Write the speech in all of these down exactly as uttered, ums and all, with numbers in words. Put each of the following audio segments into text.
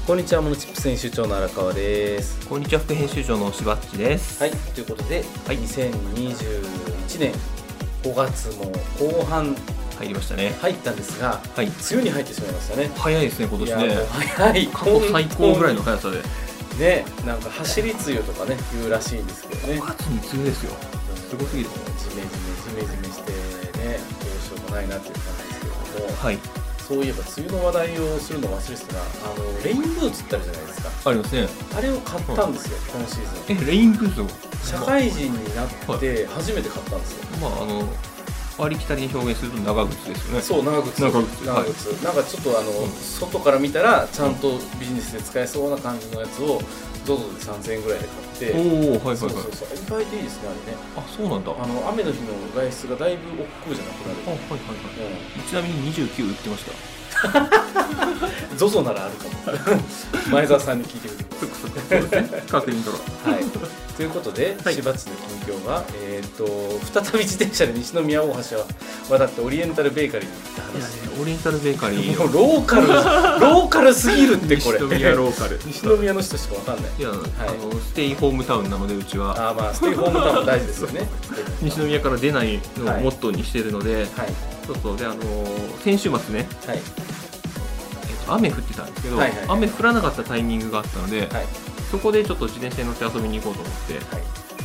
こんにちは、モノチップス編集長の荒川です。 こんにちは、副編集長のしばっちです。 はい、ということで、はい、にせんにじゅういちねんごがつも後半入りましたね。 入ったんですが、はい、梅雨に入ってしまいましたね。 早いですね、今年ね。 いやもう早い。 過去最高ぐらいの速さで。 ね、なんか走り梅雨とかね言うらしいんですけどね。 ごがつに梅雨ですよ。すごすぎる。 ジメジメジメジメしてね、どうしようもないなっていう感じですけれども。はい。そういえば梅雨の話題をするのを忘れてたら、あのレインブーツってあるじゃないですか。 ありますね。 あれを買ったんですよ、今シーズン。 え、レインブーツを社会人になって初めて買ったんですよ。 まああのありきたりに表現すると長靴ですよね。 そう、長靴。 長靴。 長靴。はい、なんかちょっとあの、うん、外から見たらちゃんとビジネスで使えそうな感じのやつを ゾゾ でさんぜんえんぐらいで買って。おお、はいはいはい。そうそうそう。意外といいですね、あれね。 あ、そうなんだ。 あの雨の日の外出がだいぶ億劫じゃなくなる。 あ、はいはいはい。うん、ちなみににじゅうきゅう売ってました。 ゾゾ ならあるかも。前澤さんに聞いてみてください。 そうですね。確認とか。はい。 ということで、しばっちの近況が、えっと再び自転車で西宮大橋を渡ってオリエンタルベーカリーに行った話。 オリエンタルベーカリー。 もうローカルローカルすぎるってこれ。 西宮ローカル。 西宮の人しかわかんない。 いや、はい、あのステイホームタウンなのでうちは。 あ、まあステイホームタウンも大事ですよね。 西宮から出ないのをモットーにしてるので、はい、そうそうであの先週末ね。はい。雨降ってたんですけど、はいはいはい、雨降らなかったタイミングがあったので、はい、そこでちょっと自転車に乗って遊びに行こうと思って、はい、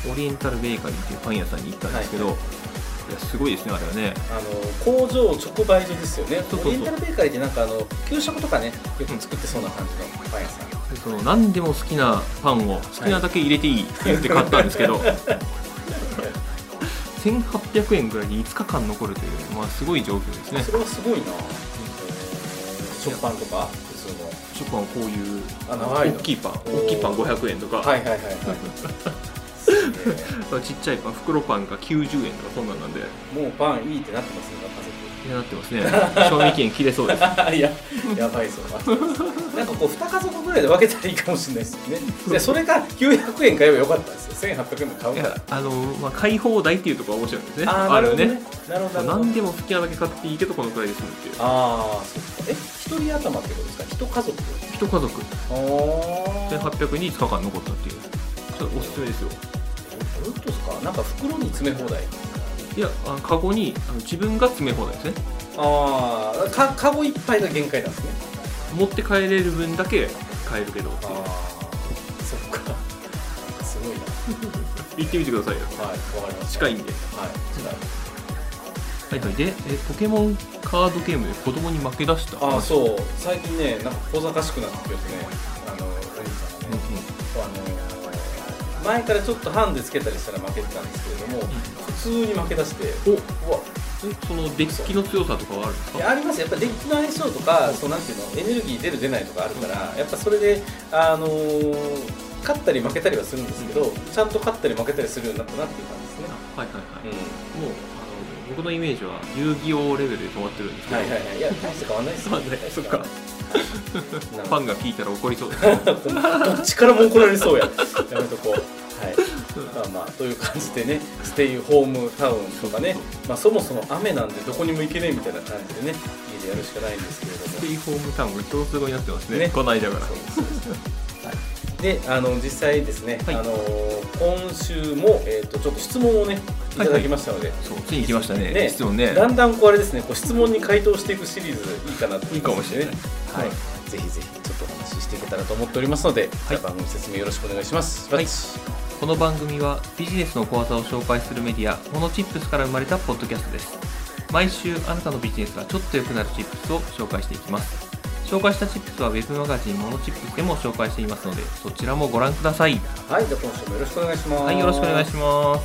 オリエンタルベーカリーっていうパン屋さんに行ったんですけど、はいはい、いやすごいですね、あれはね。 あの工場直売所ですよね。そうそうそう、オリエンタルベーカリーってなんかあの給食とかねよく作ってそうな感じのパン屋さん、 でその何でも好きなパンを好きなだけ入れていいって言って買ったんですけど、はい、せんはっぴゃくえんぐらいにいつかかん残るという、まあ、すごい状況ですね。 それはすごいな。食パンとか普通の食パンはこういうあ長い大きいパン大きいパンごひゃくえんとか、 はいはいはいはいちっちゃいパン袋パンがきゅうじゅうえんとかそんなんなんで、 もうパンいいってなってますね、 家族。いや、なってますね。賞味期限切れそうです。 いや、やばいそうな。なんかこうに家族ぐらいで分けたらいいかもしれないですよね。でそれがきゅうひゃくえん買えばよかったんですよ。せんはっぴゃくえんも買うから。いや、あのまあ買い放題っていうところが面白いんですね。 ああるね。 なるほど。何でも好きなだけ買っていいけどこのくらいで済むっていう。 ああ、そっか。え、一人頭ってことですか？一家族？ 一家族。ああ。せんはっぴゃくえんにいつかかん残ったっていう。それおすすめですよ。 どういうことですか？なんか袋に詰め放題。 いや、あのカゴにあの自分が詰め放題ですね。 ああ、かカゴいっぱいが限界なんですね。 持って帰れる分だけ買えるけど。ああ、 そっか。すごいな。 行ってみてくださいよ。 はい、わかりました。 近いんで。はい、近い。はいはい、でえポケモンカードゲームで子供に負け出した。 ああ、そう、最近ね、なんか小賢しくなってくるとね、あのお兄さんがね、うんうん、あの前からちょっとハンデつけたりしたら負けてたんですけれども、うん、普通に負け出して、おうわ、 そのデッキの強さとかはあるんですか？ いや、あります。やっぱデッキの相性とか、そうなんていうの、エネルギー出る出ないとかあるから、やっぱそれであのー、勝ったり負けたりはするんですけど、うん、ちゃんと勝ったり負けたりするようになったなっていう感じですね。 はいはいはい。うん、もう僕のイメージは遊戯王レベルで止まってるんですけど、 はいはいはい、いや大して変わんないですよね。 そっか。ファンが聞いたら怒りそうです。 どっちからも怒られそうや。やめとこう。はい。まあまあという感じでね、ステイホームタウンとかね、まあそもそも雨なんでどこにも行けないみたいな感じでね、家でやるしかないんですけれども。 ステイホームタウンが共通語になってますね。ね、この間から。そうですそうです。 はい。で、あの実際ですね、はい、あの今週もえっ、ー、とちょっと質問をねいただきましたので、はいはい、 そうついに来ましたね。ね、質問ね。 だんだんこうあれですね、こう質問に回答していくシリーズいいかなといいかもしれない。 はい。ぜひぜひちょっとお話ししていけたらと思っておりますので、はい、じゃあ番組説明よろしくお願いします。はい。 この番組はビジネスの小技を紹介するメディアモノチップスから生まれたポッドキャストです。毎週あなたのビジネスがちょっと良くなるチップスを紹介していきます。紹介したチップスはウェブマガジンモノチップスでも紹介していますので、そちらもご覧ください。 はい、じゃあ今週もよろしくお願いします。 はい、よろしくお願いします。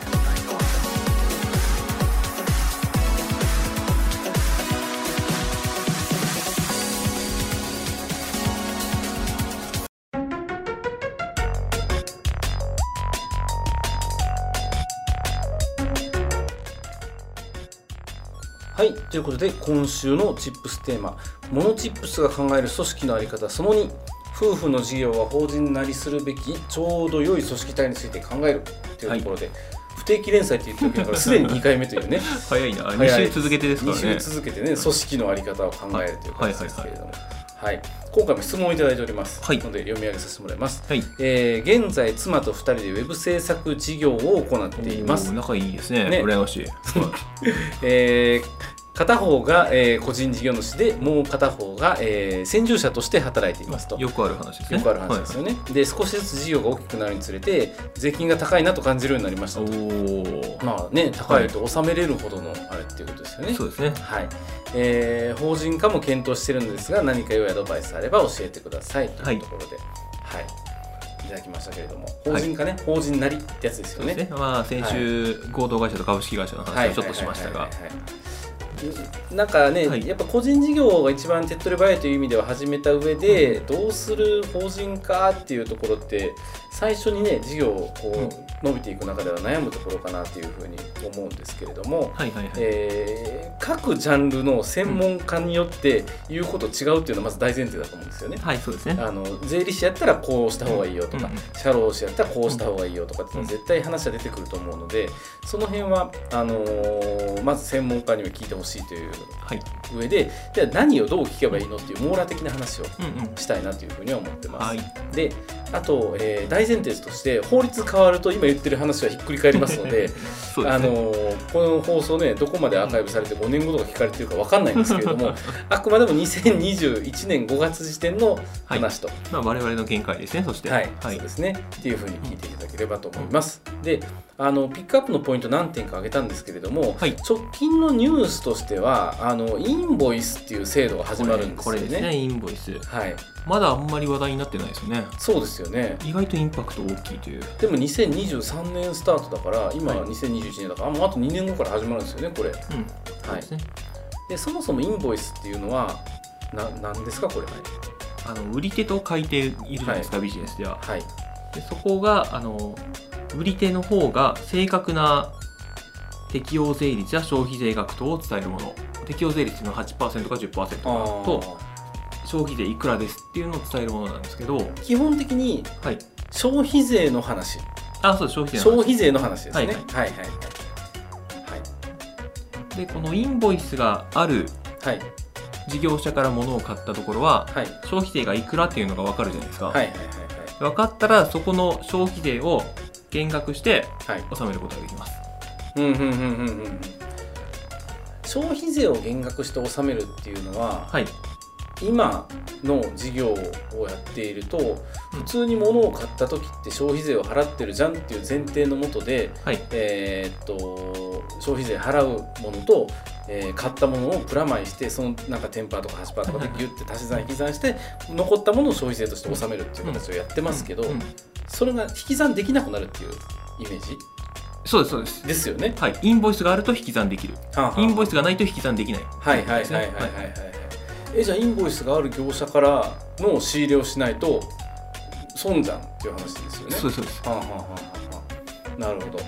はい、ということで今週のチップステーマ、モノチップスが考える組織の在り方そのに、夫婦の事業は法人なりするべきちょうど良い組織体について考えるというところで、はい、不定期連載って言ってるけどすでににかいめというね早いな、に週続けてですからね。 に週続けてね、組織の在り方を考えるという感じですけれども、 はい、今回も質問をいただいております、はい、ので読み上げさせてもらいます、はい。えー、現在妻とふたりでウェブ制作事業を行っています。 仲いいですね、ね、羨ましいえー片方が、えー、個人事業主でもう片方が、えー、専従者として働いていますと。 よくある話ですね。 よくある話ですよね、はい、で少しずつ事業が大きくなるにつれて税金が高いなと感じるようになりましたと。おまあね、高いと納めれるほどのあれっていうことですよね、はい、 そうですね、 はい。えー、法人化も検討してるんですが何か良いアドバイスあれば教えてくださいというところで、はい、はい、いただきましたけれども、法人化ね、はい、法人なりってやつですよね。 そうですね、まあ、先週、はい、合同会社と株式会社の話をちょっとしましたが、 なんかね、はい、やっぱ個人事業が一番手っ取り早いという意味では始めた上で、うん、どうする法人化っていうところって最初にね事業をこう、うん、伸びていく中では悩むところかなというふうに思うんですけれども、はいはいはい、えー、各ジャンルの専門家によって言うこと違うっていうのはまず大前提だと思うんですよね。 はい、そうですね。 あの税理士やったらこうした方がいいよとか、うんうん、社労士やったらこうした方がいいよとかっていうのは絶対話は出てくると思うので、その辺はあのー、まず専門家には聞いてほしいという上で、はい、じゃあ何をどう聞けばいいのっていう網羅的な話をしたいなというふうには思ってます、うんうん、はい、であと、えー、大前提として法律変わると今言ってる話はひっくり返りますのでそうですね、あのー、この放送ねどこまでアーカイブされてごねんごとか聞かれてるか分かんないんですけれどもあくまでもにせんにじゅういちねんごがつ時点の話と、はい、 まあ、我々の見解ですね。そして、 はいはい、そうですねっていうふうに聞いていただければと思います、うん、であのピックアップのポイント何点か挙げたんですけれども、はい、直近のニュースとしてはあのインボイスっていう制度が始まるんですよね。 これですね、インボイス、 はい、 まだあんまり話題になってないですよね。 そうですよね。 意外とインパクト大きいという。 でもにせんにじゅうさんねんスタートだから今はにせんにじゅういちねんだから、はい、あもうあとにねんごから始まるんですよねこれ、うん、そうですね。でそもそもインボイスっていうのはな何ですかこれ。 あの売り手と買い手いるじゃないですか、はい、ビジネスでは、はい、でそこがあの売り手の方が正確な適用税率や消費税額等を伝えるもの。適用税率の はちパーセント か じゅっパーセント かと消費税いくらですっていうのを伝えるものなんですけど、 基本的に消費税の話、 はい、あそう消費税の話消費税の話ですね。はいはいはいはい、はい、 でこのインボイスがある事業者から物を買ったところは、はい、消費税がいくらっていうのが分かるじゃないですか。はいはいはいはい、分かったらそこの消費税を減額して納めることができます。 うんうんうんうんうん。消費税を減額して納めるっていうのは、はい、今の事業をやっていると普通に物を買った時って消費税を払ってるじゃんっていう前提のもとで、はい、えー、っと消費税払うものと、えー、買ったものをプラマイしてそのなんか じゅっパーセント とか はちパーセント とかでギュッて足し算引き算して残ったものを消費税として納めるっていう形をやってますけど、それが引き算できなくなるっていうイメージ。 そうですそうですですよね。 はい、インボイスがあると引き算できる、はあはあ、インボイスがないと引き算できない。 はいはいはいはいはいはい、はい、えじゃあインボイスがある業者からの仕入れをしないと損じゃんっていう話ですよね。 そうですそうです。はあはあはあ、なるほど。はい、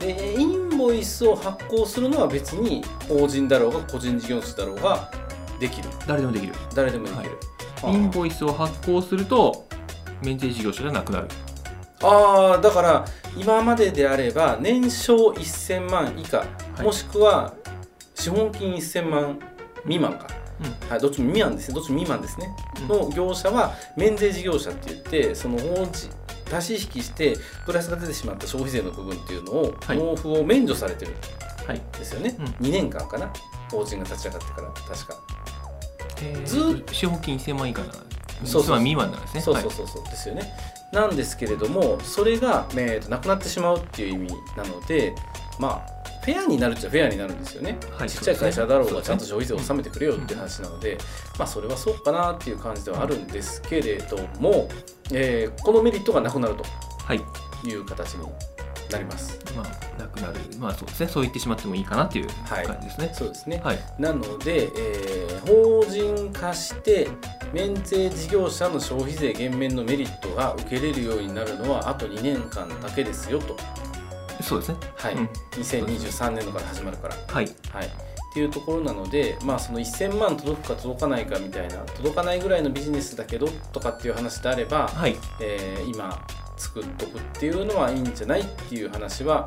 でインボイスを発行するのは別に法人だろうが個人事業主だろうができる。 誰でもできる。 誰でもできる。 はい、インボイスを発行すると免税事業者じゃなくなる。 ああ、だから今までであれば年商せんまん以下、はい、もしくは資本金せんまん未満か、うん、はい、どっちも未満ですね、どっちも未満ですね、うん、の業者は免税事業者って言ってその法人足し引きしてプラスが出てしまった消費税の部分っていうのを、はい、納付を免除されてるんですよね、はい、うん、にねんかんかな、法人が立ち上がってから確か、 えー、ずっと資本金せんまん以下ならそうそう未満なんですね。 そうそうそうそうですよね。なんですけれどもそれが、えー、となくなってしまうっていう意味なので、まあフェアになるっちゃフェアになるんですよね、はい、ちっちゃい会社だろうがちゃんと消費税を納めてくれよっていう話なので、まあそれはそうかなっていう感じではあるんですけれども、えー、このメリットがなくなるという形になります。 まあ、なくなる、まあそうですね、そう言ってしまってもいいかなっていう感じですね。 はい、そうですね、はい、なので、えー、法人化して免税事業者の消費税減免のメリットが受けれるようになるのはあとにねんかんだけですよと。 そうですね、 はい、うん、にせんにじゅうさんねん度から始まるから、 はいはい、っていうところなので、まあ、そのせんまん届くか届かないかみたいな、届かないぐらいのビジネスだけどとかっていう話であれば、はい、えー、今作っとくっていうのはいいんじゃないっていう話は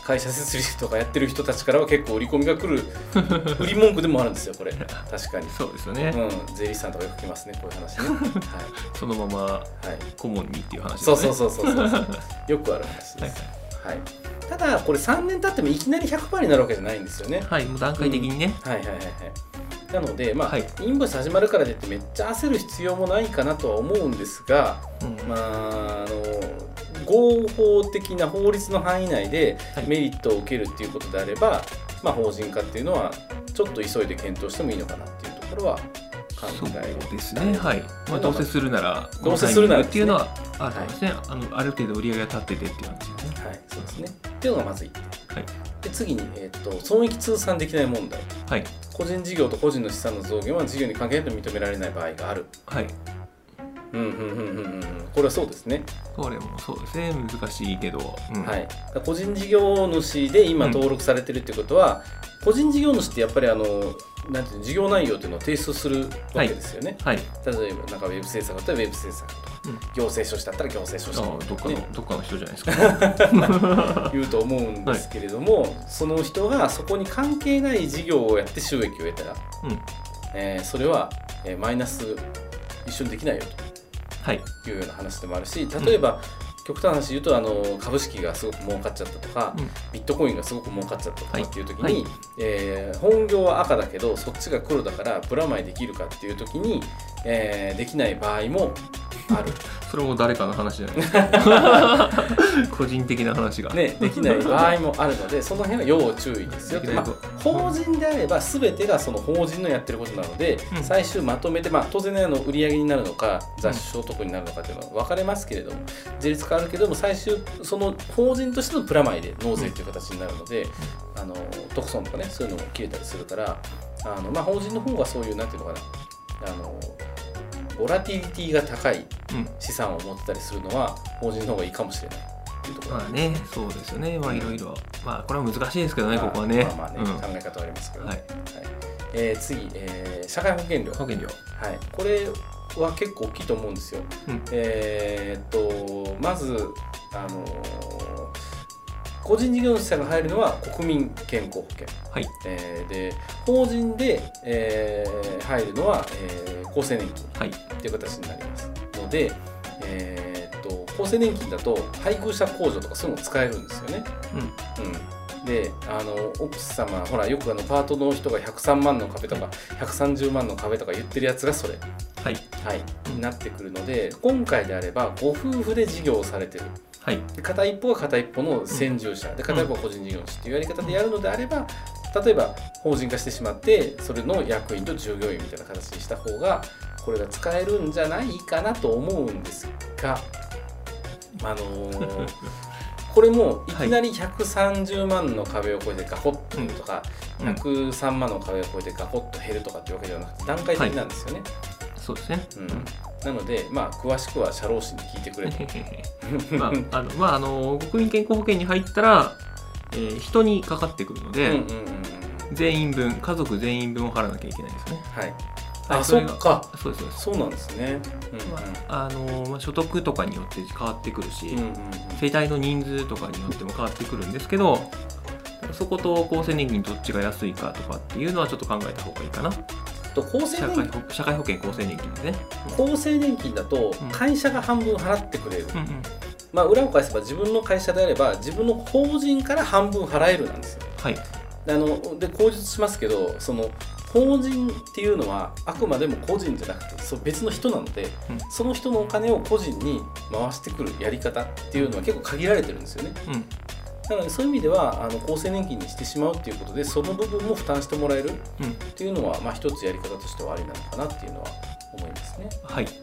会社設立とかやってる人たちからは結構売り込みが来る売り文句でもあるんですよこれ。確かにそうですよね、 うん、税理士さんとかよく聞きますねこういう話ね、はい、 そのまま顧問にっていう話ですね、そうそうそうそうそうよくある話です、はいはい、ただこれさんねん経ってもいきなり ひゃくパーセント になるわけじゃないんですよね。 はい、もう段階的にね、 うん、はいはいはいはいなので、まあはい、インボイス始まるからといってめっちゃ焦る必要もないかなとは思うんですが、うん、まああの合法的な法律の範囲内でメリットを受けるっていうことであれば、はい、まあ、法人化っていうのはちょっと急いで検討してもいいのかなっていうところは考えそうですね、はい、まあ、どうせするならどうせするならっていうのはあるんですね、はい、あのある程度売り上げが立っててっていう感じですね。 はい、そうですねっていうのがまずいって、はい、で次に、えー、と損益通算できない問題、はい、個人事業と個人の資産の増減は事業に関係なく認められない場合がある。はい、うんうんうんうんうん、これはそうですね。 これもそうですね、難しいけど、うん、 はい、個人事業主で今登録されてるってことは、うん、個人事業主ってやっぱりあのなんていう事業内容っていうのを提出するわけですよね。はいはい、例えばなんかウェブ制作だったらウェブ制作とか、うん、行政書士だったら行政書士とか、 ね、どっかのどっかの人じゃないですか言うと思うんですけれども、はい、その人がそこに関係ない事業をやって収益を得たら、うん、えー、それは、えー、マイナス一緒にできないよというような話でもあるし、例えば、うん、極端な話言うとあの株式がすごく儲かっちゃったとか、うん、ビットコインがすごく儲かっちゃったとかっていう時に、はいはい、えー、本業は赤だけどそっちが黒だからプラマイできるかっていう時に、えー、できない場合もあるそれも誰かの話じゃないですか個人的な話が、 ね、できない場合もあるのでその辺は要注意ですよ。まあ、法人であれば全てがその法人のやってることなので、うん、最終まとめて、まあ、当然、ね、あの売り上げになるのか雑所得になるのかっていうのは分かれますけれども、税率変わるけども最終その法人としてのプラマイで納税という形になるので、うん、あの特損とかねそういうのも切れたりするからあの、まあ、法人の方がそういうなんていうのかなあのボラティリティが高い資産を持ってたりするのは法人の方がいいかもしれないっていうところ、 まあね、そうですよね。まあいろいろ、まあこれは難しいですけどね、まあ、ここはね。 まあまあね、うん、考え方はありますけど、ね。はい。はい、えー、次、えー、社会保険料。 保険料。 はい。これは結構大きいと思うんですよ。うん、えー、っとまずあのー。個人事業者が入るのは国民健康保険、はい、えー、で法人で、えー、入るのは、えー、厚生年金、はい、っていう形になりますので、えー、っと厚生年金だと配偶者控除とかそういうのを使えるんですよね。うんうん、であの奥様ほらよくあのパートの人がひゃくさんまんの壁とかひゃくさんじゅうまんの壁とか言ってるやつがそれ、はいはい、になってくるので今回であればご夫婦で事業をされてる。はい、で片一方が片一方の先住者、うん、で片一方は個人事業主っていうやり方でやるのであれば例えば法人化してしまってそれの役員と従業員みたいな形にした方がこれが使えるんじゃないかなと思うんですが、あのー、これもいきなりひゃくさんじゅうまんの壁を越えてガコッと減るとか、うん、ひゃくさんまんの壁を越えてガコッと減るとかっていうわけではなくて段階的なんですよね。はい、 そうですね、 うんなので、まあ、詳しくは社労士に聞いてくれとまああのまああの国民健康保険に入ったら、えー、人にかかってくるので、うんうんうんうん、全員分家族全員分を払わなきゃいけないですね。 はい。あ、あそっか。 そうですそうです。 そうなんですね。 うんうんまああのまあ、所得とかによって変わってくるし、うんうんうん、世帯の人数とかによっても変わってくるんですけど、そこと厚生年金どっちが安いかとかっていうのはちょっと考えた方がいいかな。 厚生年金社会保険厚生年金ですね。 厚生年金だと会社が半分払ってくれる、うんうんまあ、裏を返せば自分の会社であれば自分の法人から半分払えるなんですよ。はい、あので口述しますけどその法人っていうのはあくまでも個人じゃなくてそう別の人なので、うん、その人のお金を個人に回してくるやり方っていうのは結構限られてるんですよね。うんなのでそういう意味ではあの厚生年金にしてしまうっていうことでその部分も負担してもらえるっていうのは、うん、まあ一つやり方としてはありなのかなっていうのは思いますね。はい、はい、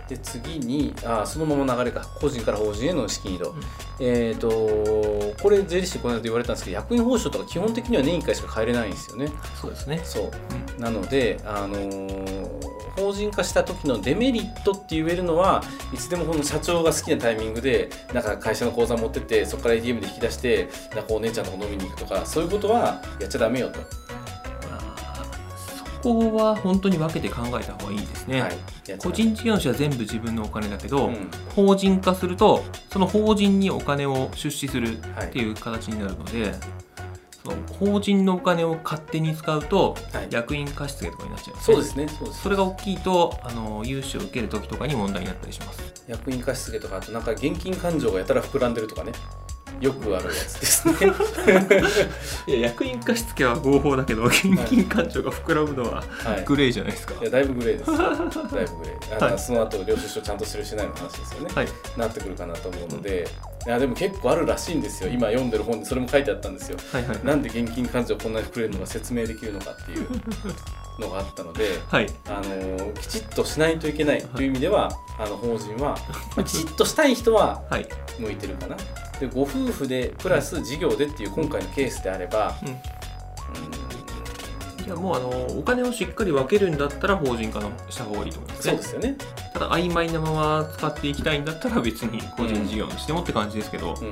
で次にあそのまま流れか個人から法人への資金移動、うん、えーとこれ税理士この間言われたんですけど役員報酬とか基本的には年いっかいしか変えれないんですよね。 そうですね。 そう、うん、なので、あのー法人化した時のデメリットって言えるのはいつでもこの社長が好きなタイミングでなんか会社の口座持ってってそこから エーティーエム で引き出してなんかお姉ちゃんとか飲みに行くとかそういうことはやっちゃダメよと。 あそこは本当に分けて考えた方がいいですね、はい、個人事業主は全部自分のお金だけど、うん、法人化するとその法人にお金を出資するっていう形になるので、はい、その法人のお金を勝手に使うと、はい、役員貸付とかになっちゃうんですね。 そうですね。そうです。 それが大きいとあの融資を受けるときとかに問題になったりします。 役員貸付とか、あとなんか現金勘定がやたら膨らんでるとかね、よくあるやつですね。 いや、役員貸付は合法だけど現金勘定が膨らむのはグレーじゃないですか。はい、 いやだいぶグレーです。だいぶグレー。あの、はい、その後領収書ちゃんとするしないの話ですよね、はい、なってくるかなと思うので、うん、いやでも結構あるらしいんですよ。今読んでる本にそれも書いてあったんですよ、はいはい、なんで現金勘定こんなに膨れるのか説明できるのかっていうのがあったので、はい、あのきちっとしないといけないという意味では、あの法人は、まあ、きちっとしたい人は向いてるかな、はい、でご夫婦でプラス事業でっていう今回のケースであれば、うんうん、いやもうあのお金をしっかり分けるんだったら法人化のした方がいいと思いますね。 そうですよね。 ただ曖昧なまま使っていきたいんだったら別に個人事業にしてもって感じですけど、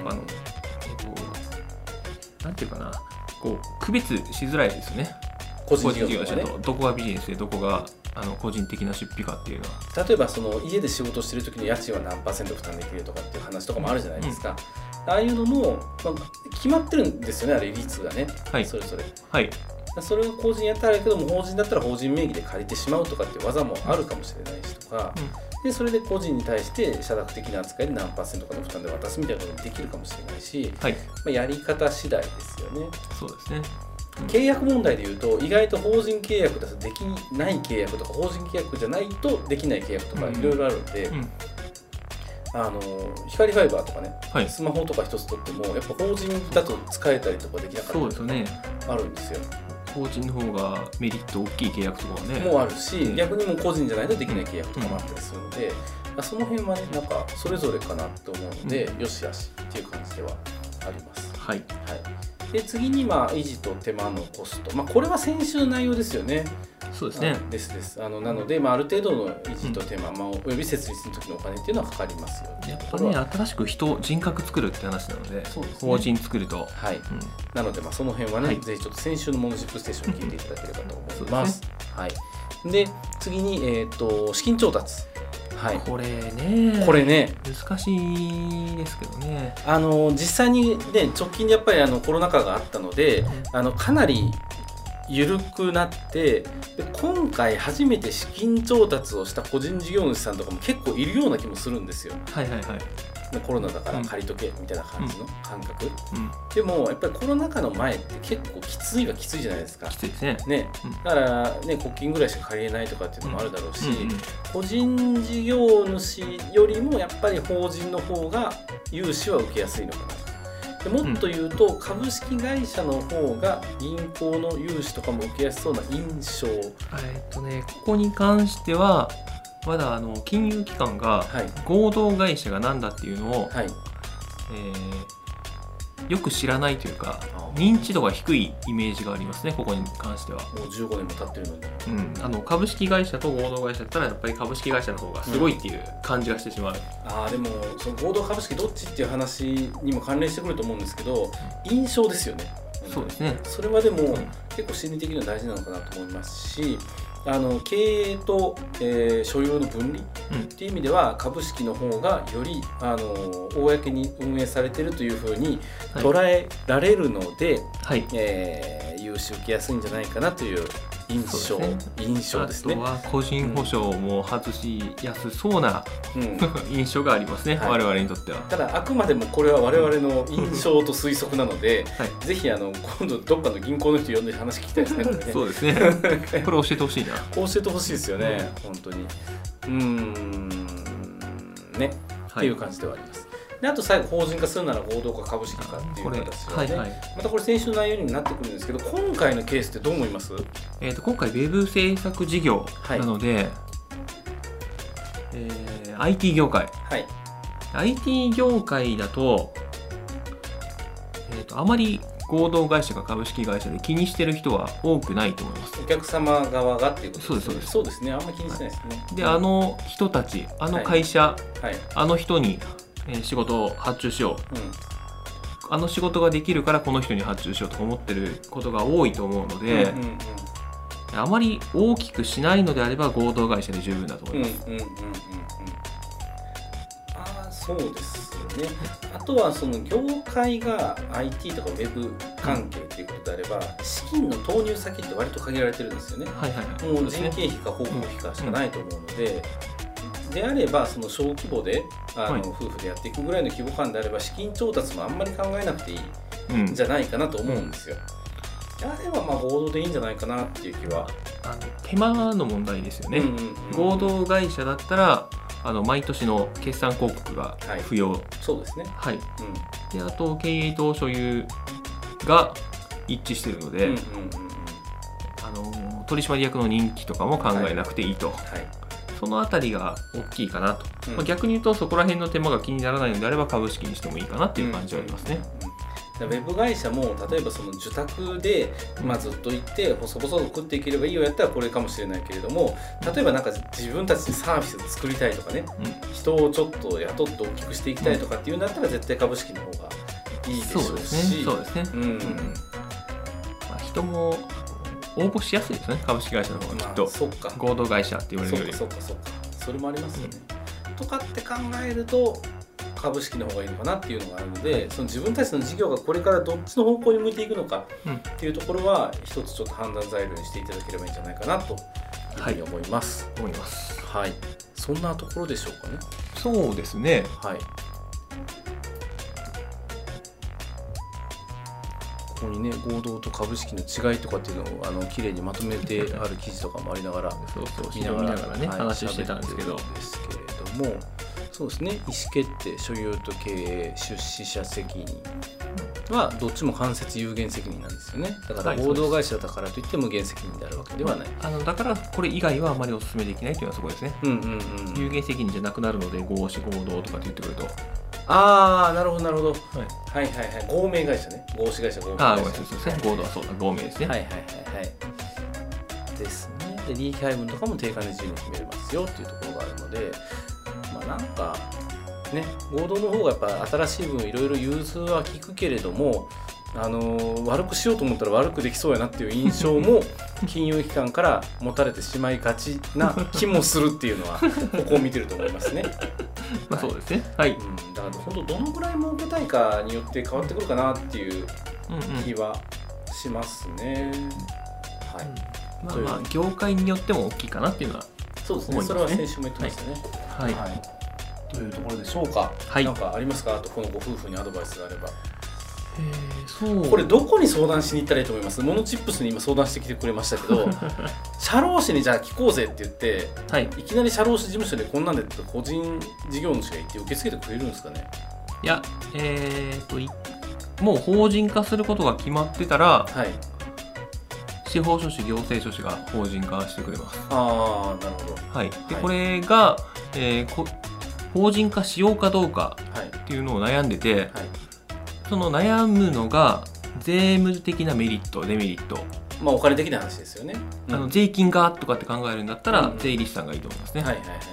なんていうかな、こう区別しづらいですよね。個人事業者だとどこがビジネスでどこがあの個人的な出費かっていうのは、 例えばその家で仕事してる時の家賃は何パーセント負担できるとかっていう話とかもあるじゃないですか、うん、ああいうのも、まあ、決まってるんですよね、あれ率がね、はい、それぞれ、はい、それを個人やったらあるけども法人だったら法人名義で借りてしまうとかっていう技もあるかもしれないしとか、うん、でそれで個人に対して社宅的な扱いで何パーセントかの負担で渡すみたいなこともできるかもしれないし、はい、まあ、やり方次第ですよね。 そうですね。 契約問題でいうと意外と法人契約だとできない契約とか法人契約じゃないとできない契約とかいろいろあるんで、うんうん、あの光ファイバーとかね、はい、スマホとか一つ取ってもやっぱ法人だと使えたりとかできなかったりとかあるんですよ。 法人の方がメリット大きい契約とかはねもうあるし、うん、逆にも個人じゃないとできない契約とかもあったりするので、うん、その辺はねなんかそれぞれかなと思うので、うん、よしよしっていう感じではあります。はい、はい、で次にまあ維持と手間のコスト、まあ、これは先週の内容ですよね。 そうですね。 ですですあのなので、まあ、ある程度の維持と手間、うん、まあ、および設立の時のお金っていうのはかかりますよ。 やっぱね新しく人人格作るって話なので、そうですね、法人作ると、はい、うん、 なのでまあその辺はね、はい、ぜひちょっと先週のモノチップステーションを聞いていただければと思います。ね、はい、で次に、えー、と資金調達。 はい、これねこれね難しいですけどね。 あの実際に、ね、直近でやっぱりあのコロナ禍があったので、うん、あのかなり緩くなって、で今回初めて資金調達をした個人事業主さんとかも結構いるような気もするんですよ。はいはいはい。コロナだから借りとけみたいな感じの感覚、うんうん、でもやっぱりコロナ禍の前って結構きついはきついじゃないですか。 きついですね。 ね、うん、だからね国金ぐらいしか借りれないとかっていうのもあるだろうし、うんうんうん、個人事業主よりもやっぱり法人の方が融資は受けやすいのかな。でもっと言うと、うん、株式会社の方が銀行の融資とかも受けやすそうな印象。えっとねここに関してはまだあの金融機関が合同会社が何だっていうのを、はい、えー、よく知らないというか認知度が低いイメージがありますね。ここに関してはもうじゅうごねんも経ってるのに、 うん、あの株式会社と合同会社だったらやっぱり株式会社の方がすごいっていう感じがしてしまう、 うん、あでもその合同株式どっちっていう話にも関連してくると思うんですけど、印象ですよね。 そうですね。 それはでも、うん、結構心理的には大事なのかなと思いますし、あの経営と、えー、所有の分離っていう意味では、うん、株式の方がよりあの公に運営されているというふうに捉えられるので、はい、えー、融資受けやすいんじゃないかなという印象、ね、印象ですね。 あとは個人保証も外しやすそうな、うん、印象がありますね、はい、我々にとっては。 ただあくまでもこれは我々の印象と推測なので、はい、ぜひあの今度どっかの銀行の人呼んで話聞きたいですね。これねそうですねこれ教えてほしいな。 教えてほしいですよね、うん、本当に。うーんね、はい、っていう感じではあります。であと最後法人化するなら合同か株式かっていう形ですね、はいはい、またこれ先週の内容にもなってくるんですけど、今回のケースってどう思います？ えー、と今回ウェブ制作事業なので、はい、えー、アイティー 業界、はい、アイティー 業界だと、えー、とあまり合同会社か株式会社で気にしてる人は多くないと思います。 お客様側がっていうことですね。そうです、 そうですね。あんまり気にしてないですね。 はい、であの人たち、あの会社、はいはい、あの人に仕事を発注しよう、うん、あの仕事ができるからこの人に発注しようと思ってることが多いと思うので、うんうんうん、 あまり大きくしないのであれば合同会社で十分だと思います。 うんうんうんうんうん。ああ、そうですね。あとはその業界が アイティー とかウェブ関係っていうことであれば、資金の投入先って割と限られてるんですよね。 はいはいはい、 もう人件費か広告費かしかないと思うので、うん、であればその小規模であの、はい、夫婦でやっていくぐらいの規模感であれば資金調達もあんまり考えなくていいんじゃないかなと思うんですよ。うん、あればまあ合同でいいんじゃないかなっていう気は。 あの手間の問題ですよね。うんうんうん、合同会社だったらあの毎年の決算広告が不要、はい、 そうですね、 はい、うん、であと経営と所有が一致しているので、うんうんうん、あの取締役の任期とかも考えなくていいと、はいはい、そのあたりが大きいかなと、うん、まあ、逆に言うとそこら辺の手間が気にならないのであれば株式にしてもいいかなっていう感じはありますね。うんうんうんうん、ウェブ会社も例えばその受託で、まあ、ずっと行って細々と食っていければいいよやったらこれかもしれないけれども、例えばなんか自分たちでサービスを作りたいとかね、うん、人をちょっと雇って大きくしていきたいとかっていうんだったら絶対株式の方がいいでしょうし、 そうですね、そうですね、うんうん、まあ、人も応募しやすいですね、株式会社の方がきっと、まあ、そっか合同会社って言われるより、 そうかそうかそうか、それもありますよね、うん、とかって考えると株式の方がいいのかなっていうのがあるので、はい、その自分たちの事業がこれからどっちの方向に向いていくのかっていうところは一つちょっと判断材料にしていただければいいんじゃないかなというふうに思います。 はい、思います。 はい。そんなところでしょうかね。 そうですね。 はい。ここにね、合同と株式の違いとかっていうのをあの綺麗にまとめてある記事とかもありながらそうそう見ながら、見ながらね、はい、話してたんですけどですけれども、そうですね、意思決定、所有と経営、出資者責任はどっちも間接有限責任なんですよね。だから合同会社だからといって無限責任であるわけではない。 あのだからこれ以外はあまりお勧めできないというのはそこですね。うんうんうん、有限責任じゃなくなるので合資合同とかって言ってくると。 ああ、なるほどなるほど、はい、はいはいはい、合名会社ね、合資会社合名会社、 ああ、そうですね、合同はそうだ、合名ですね。 はいはいはいはいですね。で利益配分とかも定価で自由に決めれますよっていうところがあるので、まあなんかね、合同の方がやっぱ新しい分いろいろ融通は効くけれども、あのー、悪くしようと思ったら悪くできそうやなっていう印象も金融機関から持たれてしまいがちな気もするっていうのはここを見てると思いますね。 まあそうですね。はい。うん、 だから本当どのぐらい儲けたいかによって変わってくるかなっていう気はしますね。うんうん、はい。 まあまあ業界によっても大きいかなっていうのはそうですね。それは先週も言ってましたね。はい。はいはい、というところでしょうか。はい。なんかありますか？あとこのご夫婦にアドバイスがあれば。 えー、そうこれどこに相談しに行ったらいいと思います？モノチップスに今相談してきてくれましたけど社労士にじゃあ聞こうぜって言って、はい、いきなり社労士事務所でこんなんでって個人事業主が行って受け付けてくれるんですかね？ いや、えー、ともう法人化することが決まってたら、はい、司法書士行政書士が法人化してくれます。 ああ、なるほど。 はい、で、はい、これが、えー、こ法人化しようかどうかっていうのを悩んでて、はいはい、その悩むのが税務的なメリット、デメリット、 まあお金的な話ですよね。 うん、あの税金がとかって考えるんだったら、うん、税理士さんがいいと思いますね。 はいはいはいはい。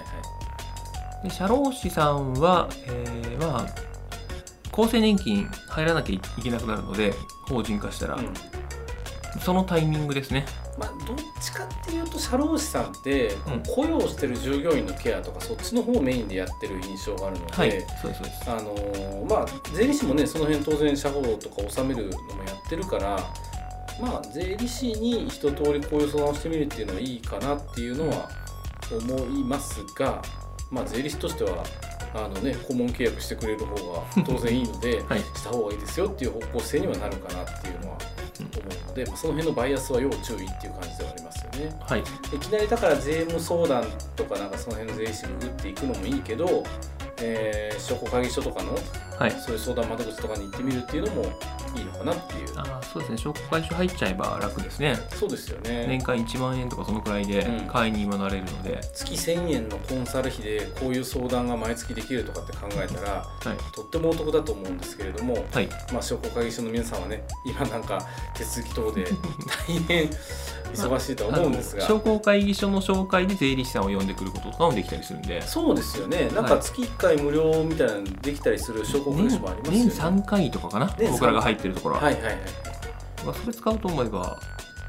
で社労士さんは、えー、まあ厚生年金入らなきゃいけなくなるので法人化したら、うん、そのタイミングですね。 まあ、どっちかっていうと社労士さんって、うん、雇用してる従業員のケアとかそっちの方をメインでやってる印象があるので、はい、そうですそうです。あのー、まあ税理士もねその辺当然社保とか納めるのもやってるから、まあ税理士に一通りこういう相談をしてみるっていうのはいいかなっていうのは思いますが、まあ税理士としてはあのね顧問契約してくれる方が当然いいので、はい、した方がいいですよっていう方向性にはなるかなっていうのは思うので、まあ、その辺のバイアスは要注意っていう感じではありますよね。はい、いきなりだから税務相談とかなんかその辺の税理士に打っていくのもいいけど、えー、商工会議所とかの、はい、そういう相談窓口とかに行ってみるっていうのもいいのかなっていう。 あ、そうですね。商工会議所入っちゃえば楽ですね。 そうですよね。 年間いちまんえんとかそのくらいで会員に今なれるので、うん、 月せんえんのコンサル費でこういう相談が毎月できるとかって考えたら、はい、とってもお得だと思うんですけれども、はい、まあ、商工会議所の皆さんはね今なんか手続き等で大変忙しいとは思うんですが、 商工会議所の紹介で税理士さんを呼んでくることとかもできたりするんで。 そうですよね。なんか月いっかい無料みたいなのできたりする商工会議所もありますよね。 年さんかいとかかな、僕らが入ってるところは。 はいはいはい。 それ使うと思えば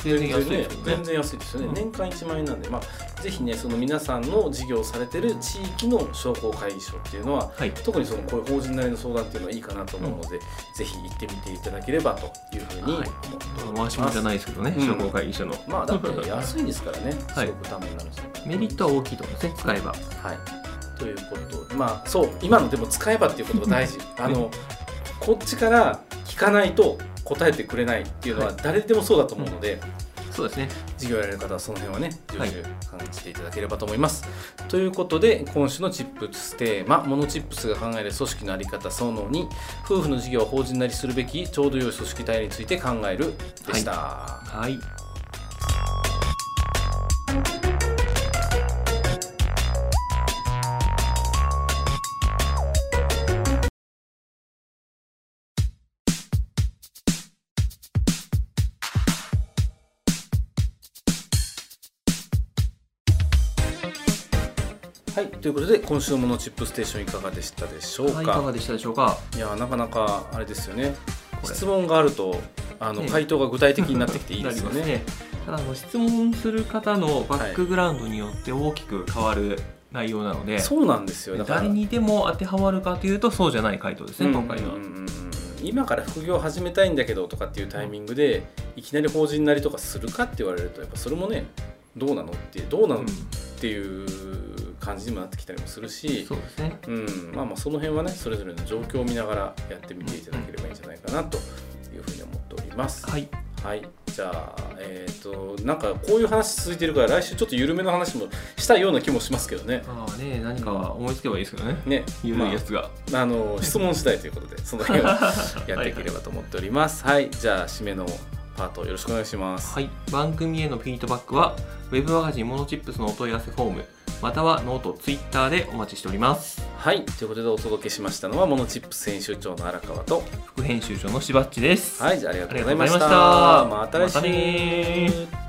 全然安いですよね。 全然安いですよね、うん、年間いちまんえんなんで、まあ、ぜひねその皆さんの事業をされてる地域の商工会議所っていうのは、はい、特にそのこういう法人なりの相談っていうのはいいかなと思うので、うん、ぜひ行ってみていただければというふうに思っております。 回し物じゃないですけどね、商工会議所の。 まあだって安いですからね、すごくためになるし、 メリットは大きいと思いますね、使えば。 はい、ということまあそう今のでも使えばっていうことが大事あのこっちから聞かないと答えてくれないっていうのは誰でもそうだと思うので、はい、 そうですね、 事業やられる方はその辺はね重々感じていただければと思います、はい、ということで今週のチップステーマモノチップスが考える組織の在り方そのに夫婦の事業は法人なりするべきちょうど良い組織体について考えるでした。 はい、はいはい、ということで今週ものチップステーションいかがでしたでしょうか。 はい、いかがでしたでしょうか。 いやなかなかあれですよね、質問があるとあの、ね、回答が具体的になってきていいですよね。ねただあの質問する方のバックグラウンドによって大きく変わる内容なので、はい、 そうなんですよ。 だから誰にでも当てはまるかというとそうじゃない回答ですね、今回は。 今から副業始めたいんだけどとかっていうタイミングでいきなり法人なりとかするかって言われるとやっぱそれもねどうなのってどうなのっていう感じにもなってきたりもするし、 そうですね、 うん、まあまあその辺はねそれぞれの状況を見ながらやってみていただければいいんじゃないかなというふうに思っております。 はい、 はい、じゃあえっとなんかこういう話続いてるから来週ちょっと緩めの話もしたいような気もしますけどね。 ああね、何か思いつけばいいですけどね。ね、緩いやつが、 まあ、あの質問次第ということでその辺をやっていければと思っております。はい、はい、じゃあ締めのパートよろしくお願いします。 はい、番組へのフィードバックはウェブマガジンモノチップスのお問い合わせフォームまたはノート、ツイッターでお待ちしております。 はい、ということでお届けしましたのはモノチップス編集長の荒川と副編集長のしばっちです。 はい、じゃあありがとうございました。 またまた来週。